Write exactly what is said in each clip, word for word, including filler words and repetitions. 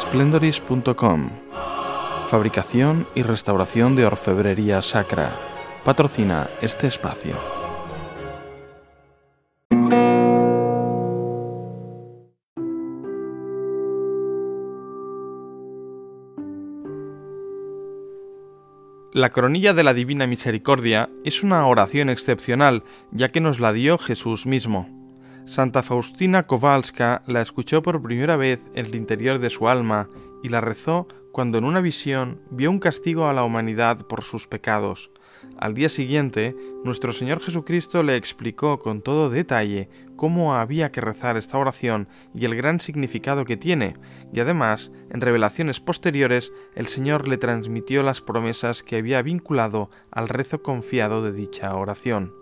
splendoris punto com. Fabricación y restauración de orfebrería sacra. Patrocina este espacio. La coronilla de la Divina Misericordia es una oración excepcional, ya que nos la dio Jesús mismo. Santa Faustina Kowalska la escuchó por primera vez en el interior de su alma y la rezó cuando en una visión vio un castigo a la humanidad por sus pecados. Al día siguiente, nuestro Señor Jesucristo le explicó con todo detalle cómo había que rezar esta oración y el gran significado que tiene, y además, en revelaciones posteriores, el Señor le transmitió las promesas que había vinculado al rezo confiado de dicha oración.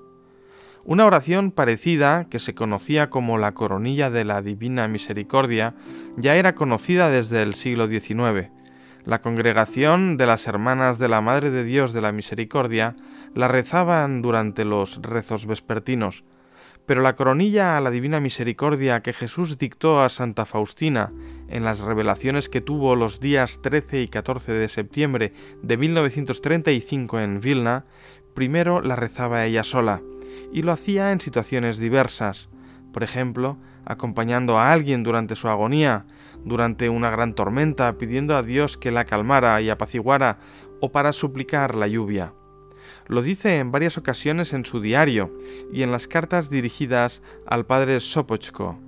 Una oración parecida, que se conocía como la coronilla de la Divina Misericordia, ya era conocida desde el siglo diecinueve. La congregación de las Hermanas de la Madre de Dios de la Misericordia la rezaban durante los rezos vespertinos, pero la coronilla a la Divina Misericordia que Jesús dictó a Santa Faustina en las revelaciones que tuvo los días trece y catorce de septiembre de mil novecientos treinta y cinco en Vilna, primero la rezaba ella sola, y lo hacía en situaciones diversas, por ejemplo, acompañando a alguien durante su agonía, durante una gran tormenta, pidiendo a Dios que la calmara y apaciguara, o para suplicar la lluvia. Lo dice en varias ocasiones en su diario y en las cartas dirigidas al padre Sopochko.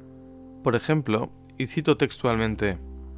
Por ejemplo, y cito textualmente: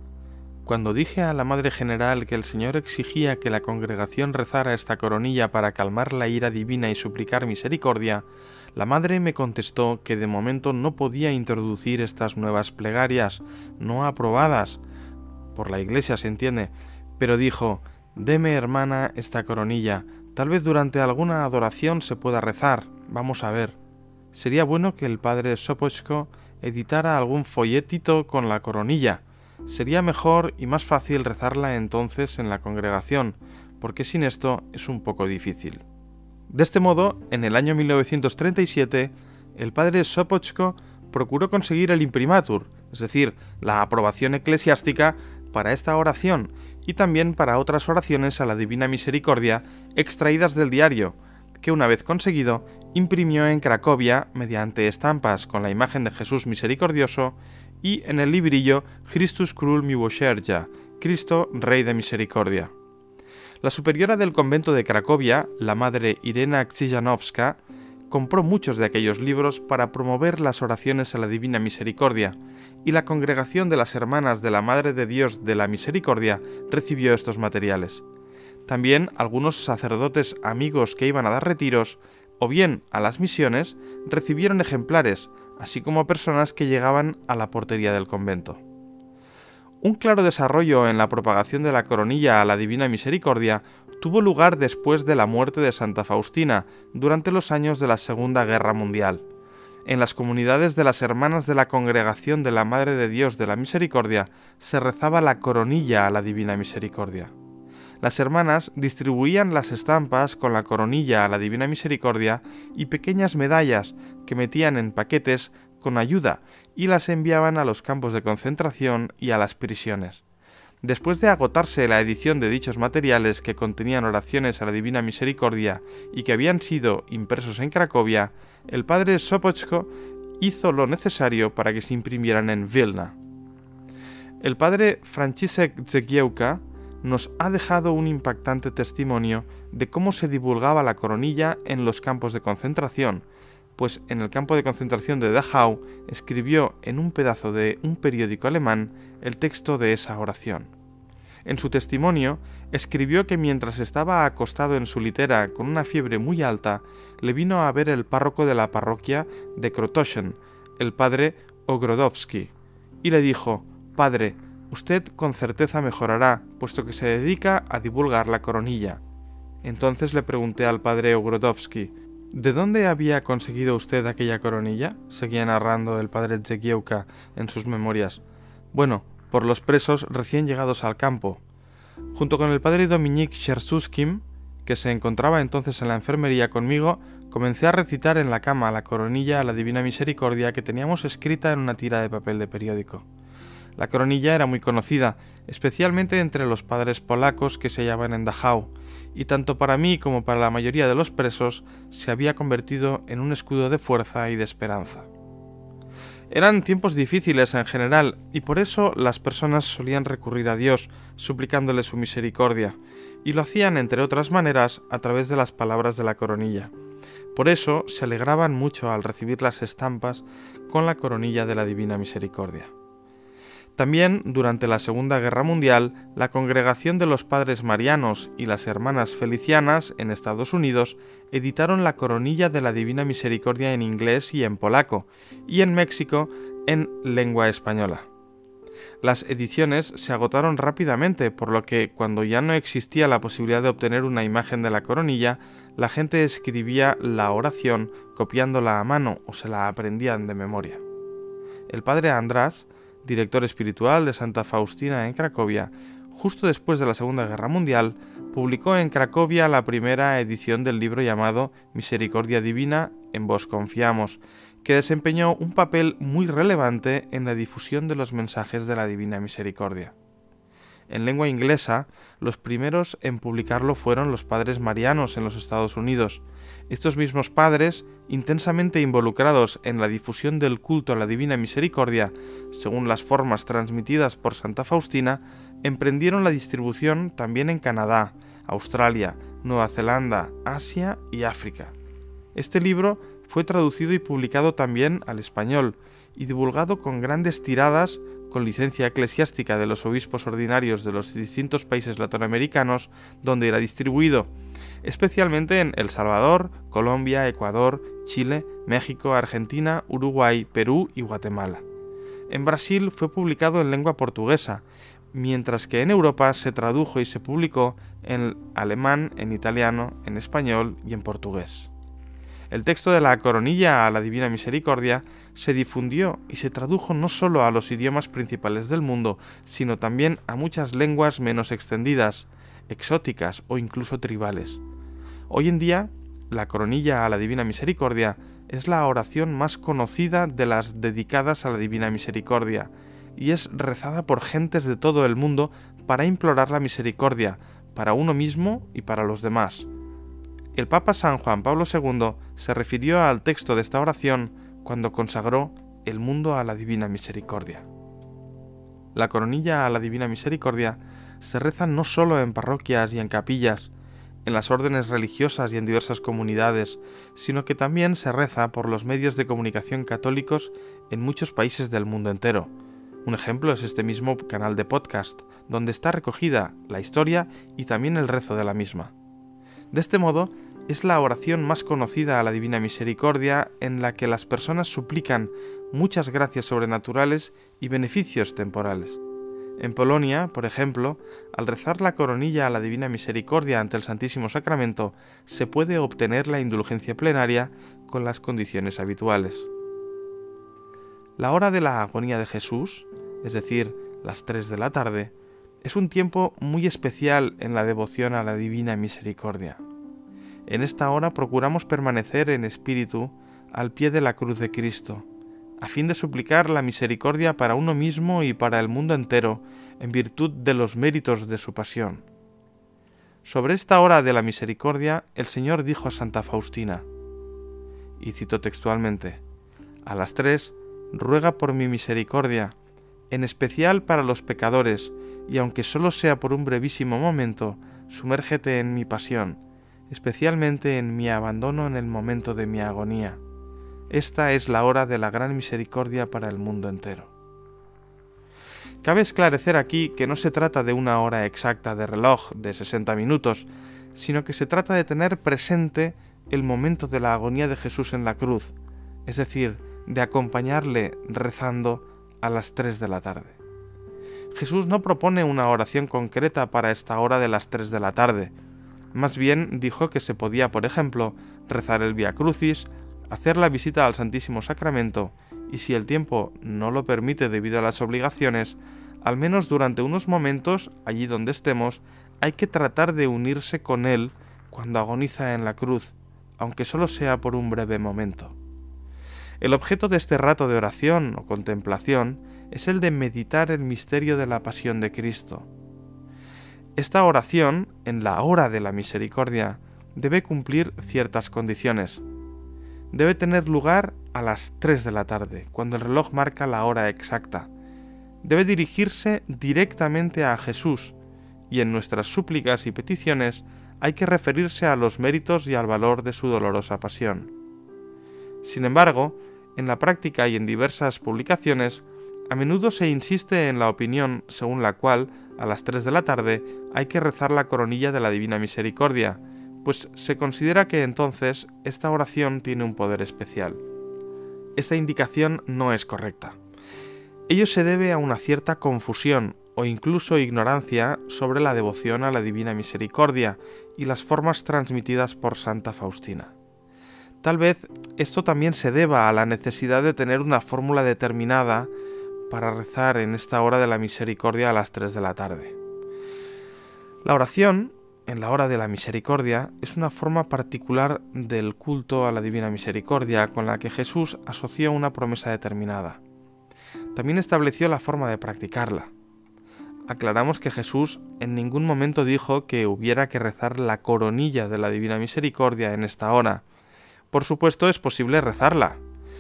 «Cuando dije a la Madre General que el Señor exigía que la congregación rezara esta coronilla para calmar la ira divina y suplicar misericordia, la Madre me contestó que de momento no podía introducir estas nuevas plegarias, no aprobadas, por la Iglesia se entiende, pero dijo: deme, hermana, esta coronilla, tal vez durante alguna adoración se pueda rezar, vamos a ver. Sería bueno que el padre Sopochko editara algún folletito con la coronilla. Sería mejor y más fácil rezarla entonces en la congregación, porque sin esto es un poco difícil». De este modo, en el año mil novecientos treinta y siete, el padre Sopochko procuró conseguir el imprimatur, es decir, la aprobación eclesiástica para esta oración y también para otras oraciones a la Divina Misericordia extraídas del diario, que una vez conseguido, imprimió en Cracovia mediante estampas con la imagen de Jesús misericordioso y en el librillo Christus Król Miłosierdzia, Cristo Rey de Misericordia. La superiora del convento de Cracovia, la madre Irena Krzyżanowska, compró muchos de aquellos libros para promover las oraciones a la Divina Misericordia, y la congregación de las Hermanas de la Madre de Dios de la Misericordia recibió estos materiales. También algunos sacerdotes amigos que iban a dar retiros, o bien a las misiones, recibieron ejemplares, así como personas que llegaban a la portería del convento. Un claro desarrollo en la propagación de la coronilla a la Divina Misericordia tuvo lugar después de la muerte de Santa Faustina, durante los años de la Segunda Guerra Mundial. En las comunidades de las Hermanas de la Congregación de la Madre de Dios de la Misericordia se rezaba la coronilla a la Divina Misericordia. Las hermanas distribuían las estampas con la coronilla a la Divina Misericordia y pequeñas medallas que metían en paquetes con ayuda y las enviaban a los campos de concentración y a las prisiones. Después de agotarse la edición de dichos materiales que contenían oraciones a la Divina Misericordia y que habían sido impresos en Cracovia, el padre Sopochko hizo lo necesario para que se imprimieran en Vilna. El padre Franciszek Cegiełka nos ha dejado un impactante testimonio de cómo se divulgaba la coronilla en los campos de concentración, pues en el campo de concentración de Dachau escribió en un pedazo de un periódico alemán el texto de esa oración. En su testimonio, escribió que mientras estaba acostado en su litera con una fiebre muy alta, le vino a ver el párroco de la parroquia de Krotoshen, el padre Ogrodowski, y le dijo: «Padre, usted con certeza mejorará, puesto que se dedica a divulgar la coronilla». Entonces le pregunté al padre Ogrodowski: «¿De dónde había conseguido usted aquella coronilla?», seguía narrando el padre Cegiełka en sus memorias. «Bueno, por los presos recién llegados al campo». Junto con el padre Dominik Schersuskim, que se encontraba entonces en la enfermería conmigo, comencé a recitar en la cama la coronilla a la Divina Misericordia que teníamos escrita en una tira de papel de periódico. La coronilla era muy conocida, especialmente entre los padres polacos que se hallaban en Dachau, y tanto para mí como para la mayoría de los presos se había convertido en un escudo de fuerza y de esperanza. Eran tiempos difíciles en general, y por eso las personas solían recurrir a Dios, suplicándole su misericordia, y lo hacían, entre otras maneras, a través de las palabras de la coronilla. Por eso se alegraban mucho al recibir las estampas con la coronilla de la Divina Misericordia. También, durante la Segunda Guerra Mundial, la Congregación de los Padres Marianos y las Hermanas Felicianas en Estados Unidos editaron la Coronilla de la Divina Misericordia en inglés y en polaco, y en México en lengua española. Las ediciones se agotaron rápidamente, por lo que, cuando ya no existía la posibilidad de obtener una imagen de la coronilla, la gente escribía la oración copiándola a mano o se la aprendían de memoria. El padre András, director espiritual de Santa Faustina en Cracovia, justo después de la Segunda Guerra Mundial, publicó en Cracovia la primera edición del libro llamado Misericordia Divina, en vos confiamos, que desempeñó un papel muy relevante en la difusión de los mensajes de la Divina Misericordia. En lengua inglesa, los primeros en publicarlo fueron los padres marianos en los Estados Unidos. Estos mismos padres, intensamente involucrados en la difusión del culto a la Divina Misericordia, según las formas transmitidas por Santa Faustina, emprendieron la distribución también en Canadá, Australia, Nueva Zelanda, Asia y África. Este libro fue traducido y publicado también al español y divulgado con grandes tiradas con licencia eclesiástica de los obispos ordinarios de los distintos países latinoamericanos donde era distribuido, especialmente en El Salvador, Colombia, Ecuador, Chile, México, Argentina, Uruguay, Perú y Guatemala. En Brasil fue publicado en lengua portuguesa, mientras que en Europa se tradujo y se publicó en alemán, en italiano, en español y en portugués. El texto de la Coronilla a la Divina Misericordia se difundió y se tradujo no solo a los idiomas principales del mundo, sino también a muchas lenguas menos extendidas, exóticas o incluso tribales. Hoy en día, la Coronilla a la Divina Misericordia es la oración más conocida de las dedicadas a la Divina Misericordia, y es rezada por gentes de todo el mundo para implorar la misericordia, para uno mismo y para los demás. El Papa San Juan Pablo segundo se refirió al texto de esta oración cuando consagró el mundo a la Divina Misericordia. La Coronilla a la Divina Misericordia se reza no solo en parroquias y en capillas, en las órdenes religiosas y en diversas comunidades, sino que también se reza por los medios de comunicación católicos en muchos países del mundo entero. Un ejemplo es este mismo canal de podcast, donde está recogida la historia y también el rezo de la misma. De este modo, es la oración más conocida a la Divina Misericordia en la que las personas suplican muchas gracias sobrenaturales y beneficios temporales. En Polonia, por ejemplo, al rezar la coronilla a la Divina Misericordia ante el Santísimo Sacramento, se puede obtener la indulgencia plenaria con las condiciones habituales. La hora de la agonía de Jesús, es decir, las tres de la tarde, es un tiempo muy especial en la devoción a la Divina Misericordia. En esta hora procuramos permanecer en espíritu al pie de la cruz de Cristo, a fin de suplicar la misericordia para uno mismo y para el mundo entero, en virtud de los méritos de su pasión. Sobre esta hora de la misericordia, el Señor dijo a Santa Faustina, y cito textualmente, «A las tres, ruega por mi misericordia, en especial para los pecadores, y aunque solo sea por un brevísimo momento, sumérgete en mi pasión, especialmente en mi abandono en el momento de mi agonía. Esta es la hora de la gran misericordia para el mundo entero». Cabe esclarecer aquí que no se trata de una hora exacta de reloj de sesenta minutos, sino que se trata de tener presente el momento de la agonía de Jesús en la cruz, es decir, de acompañarle rezando a las tres de la tarde. Jesús no propone una oración concreta para esta hora de las tres de la tarde. Más bien dijo que se podía, por ejemplo, rezar el Vía Crucis, hacer la visita al Santísimo Sacramento y, si el tiempo no lo permite debido a las obligaciones, al menos durante unos momentos, allí donde estemos, hay que tratar de unirse con Él cuando agoniza en la cruz, aunque solo sea por un breve momento. El objeto de este rato de oración o contemplación es el de meditar el misterio de la pasión de Cristo. Esta oración, en la hora de la misericordia, debe cumplir ciertas condiciones. Debe tener lugar a las tres de la tarde, cuando el reloj marca la hora exacta. Debe dirigirse directamente a Jesús, y en nuestras súplicas y peticiones hay que referirse a los méritos y al valor de su dolorosa pasión. Sin embargo, en la práctica y en diversas publicaciones, a menudo se insiste en la opinión según la cual a las tres de la tarde hay que rezar la coronilla de la Divina Misericordia, pues se considera que entonces esta oración tiene un poder especial. Esta indicación no es correcta. Ello se debe a una cierta confusión o incluso ignorancia sobre la devoción a la Divina Misericordia y las formas transmitidas por Santa Faustina. Tal vez esto también se deba a la necesidad de tener una fórmula determinada para rezar en esta hora de la misericordia a las tres de la tarde. La oración, en la hora de la misericordia, es una forma particular del culto a la Divina Misericordia con la que Jesús asoció una promesa determinada. También estableció la forma de practicarla. Aclaramos que Jesús en ningún momento dijo que hubiera que rezar la coronilla de la Divina Misericordia en esta hora. Por supuesto, es posible rezarla,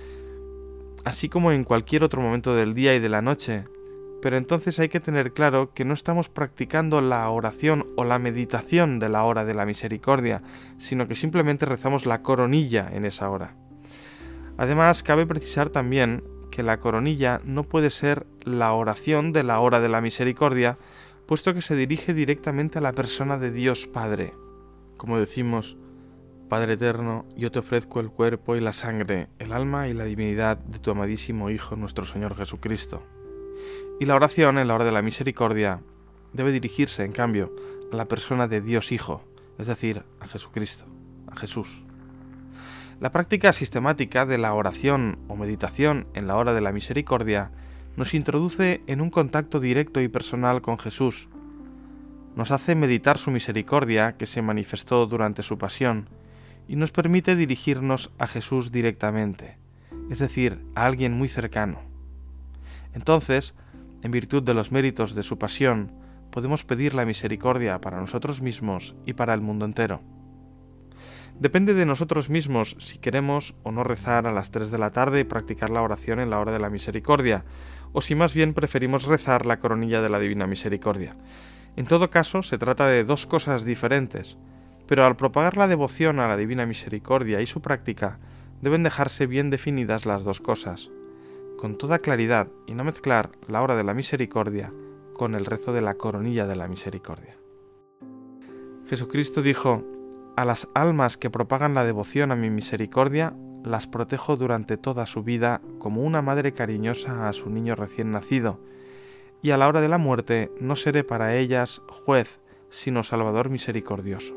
así como en cualquier otro momento del día y de la noche, pero entonces hay que tener claro que no estamos practicando la oración o la meditación de la hora de la misericordia, sino que simplemente rezamos la coronilla en esa hora. Además, cabe precisar también que la coronilla no puede ser la oración de la hora de la misericordia, puesto que se dirige directamente a la persona de Dios Padre. Como decimos, Padre eterno, yo te ofrezco el cuerpo y la sangre, el alma y la divinidad de tu amadísimo Hijo, nuestro Señor Jesucristo. Y la oración en la hora de la misericordia debe dirigirse, en cambio, a la persona de Dios Hijo, es decir, a Jesucristo, a Jesús. La práctica sistemática de la oración o meditación en la hora de la misericordia nos introduce en un contacto directo y personal con Jesús. Nos hace meditar su misericordia que se manifestó durante su pasión, y nos permite dirigirnos a Jesús directamente, es decir, a alguien muy cercano. Entonces, en virtud de los méritos de su pasión, podemos pedir la misericordia para nosotros mismos y para el mundo entero. Depende de nosotros mismos si queremos o no rezar a las tres de la tarde y practicar la oración en la hora de la misericordia, o si más bien preferimos rezar la coronilla de la Divina Misericordia. En todo caso, se trata de dos cosas diferentes, pero al propagar la devoción a la Divina Misericordia y su práctica, deben dejarse bien definidas las dos cosas, con toda claridad, y no mezclar la hora de la misericordia con el rezo de la coronilla de la misericordia. Jesucristo dijo: a las almas que propagan la devoción a mi misericordia, las protejo durante toda su vida como una madre cariñosa a su niño recién nacido, y a la hora de la muerte no seré para ellas juez, sino Salvador misericordioso.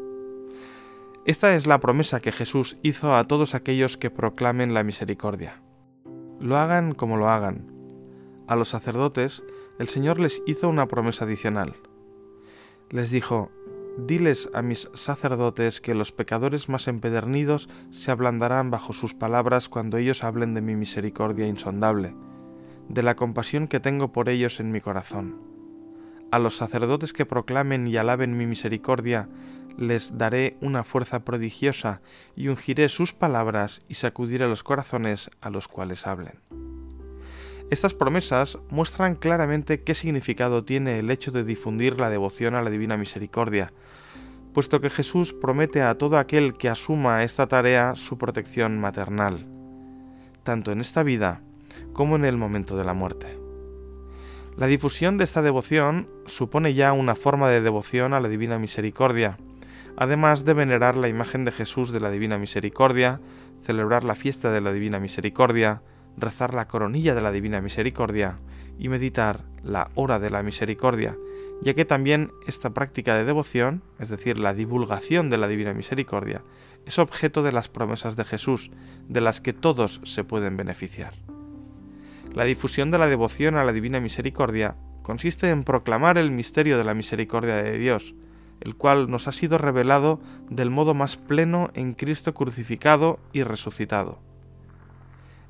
Esta es la promesa que Jesús hizo a todos aquellos que proclamen la misericordia. Lo hagan como lo hagan. A los sacerdotes, el Señor les hizo una promesa adicional. Les dijo: diles a mis sacerdotes que los pecadores más empedernidos se ablandarán bajo sus palabras cuando ellos hablen de mi misericordia insondable, de la compasión que tengo por ellos en mi corazón. A los sacerdotes que proclamen y alaben mi misericordia, les daré una fuerza prodigiosa y ungiré sus palabras y sacudiré los corazones a los cuales hablen. Estas promesas muestran claramente qué significado tiene el hecho de difundir la devoción a la Divina Misericordia, puesto que Jesús promete a todo aquel que asuma esta tarea su protección maternal, tanto en esta vida como en el momento de la muerte. La difusión de esta devoción supone ya una forma de devoción a la Divina Misericordia, además de venerar la imagen de Jesús de la Divina Misericordia, celebrar la fiesta de la Divina Misericordia, rezar la coronilla de la Divina Misericordia y meditar la hora de la misericordia, ya que también esta práctica de devoción, es decir, la divulgación de la Divina Misericordia, es objeto de las promesas de Jesús, de las que todos se pueden beneficiar. La difusión de la devoción a la Divina Misericordia consiste en proclamar el misterio de la misericordia de Dios, el cual nos ha sido revelado del modo más pleno en Cristo crucificado y resucitado.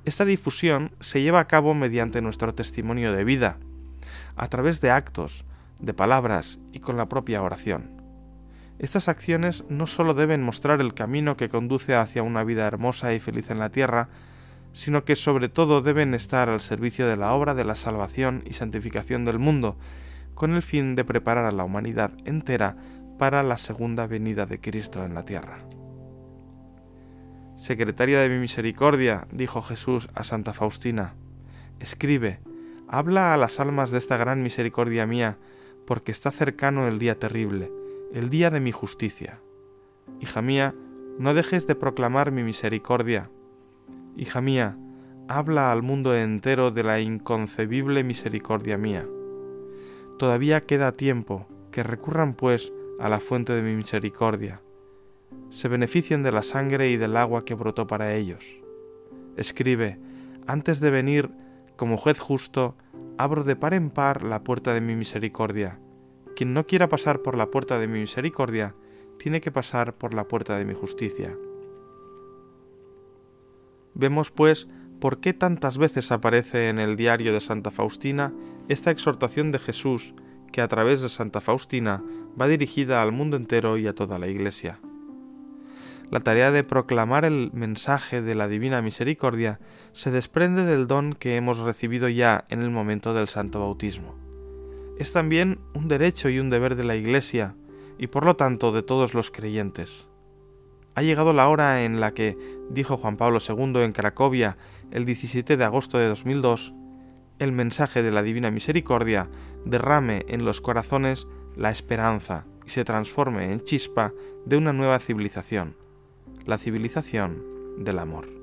Esta difusión se lleva a cabo mediante nuestro testimonio de vida, a través de actos, de palabras y con la propia oración. Estas acciones no solo deben mostrar el camino que conduce hacia una vida hermosa y feliz en la tierra, sino que sobre todo deben estar al servicio de la obra de la salvación y santificación del mundo, con el fin de preparar a la humanidad entera para la segunda venida de Cristo en la tierra. Secretaria de mi misericordia, dijo Jesús a Santa Faustina, escribe, habla a las almas de esta gran misericordia mía, porque está cercano el día terrible, el día de mi justicia. Hija mía, no dejes de proclamar mi misericordia. Hija mía, habla al mundo entero de la inconcebible misericordia mía. Todavía queda tiempo, que recurran pues a la fuente de mi misericordia. Se beneficien de la sangre y del agua que brotó para ellos. Escribe, antes de venir, como juez justo, abro de par en par la puerta de mi misericordia. Quien no quiera pasar por la puerta de mi misericordia, tiene que pasar por la puerta de mi justicia. Vemos, pues, por qué tantas veces aparece en el diario de Santa Faustina esta exhortación de Jesús, que a través de Santa Faustina va dirigida al mundo entero y a toda la Iglesia. La tarea de proclamar el mensaje de la Divina Misericordia se desprende del don que hemos recibido ya en el momento del Santo Bautismo. Es también un derecho y un deber de la Iglesia, y por lo tanto de todos los creyentes. Ha llegado la hora en la que, dijo Juan Pablo segundo en Cracovia el diecisiete de agosto de dos mil dos, el mensaje de la Divina Misericordia derrame en los corazones la esperanza y se transforme en chispa de una nueva civilización, la civilización del amor.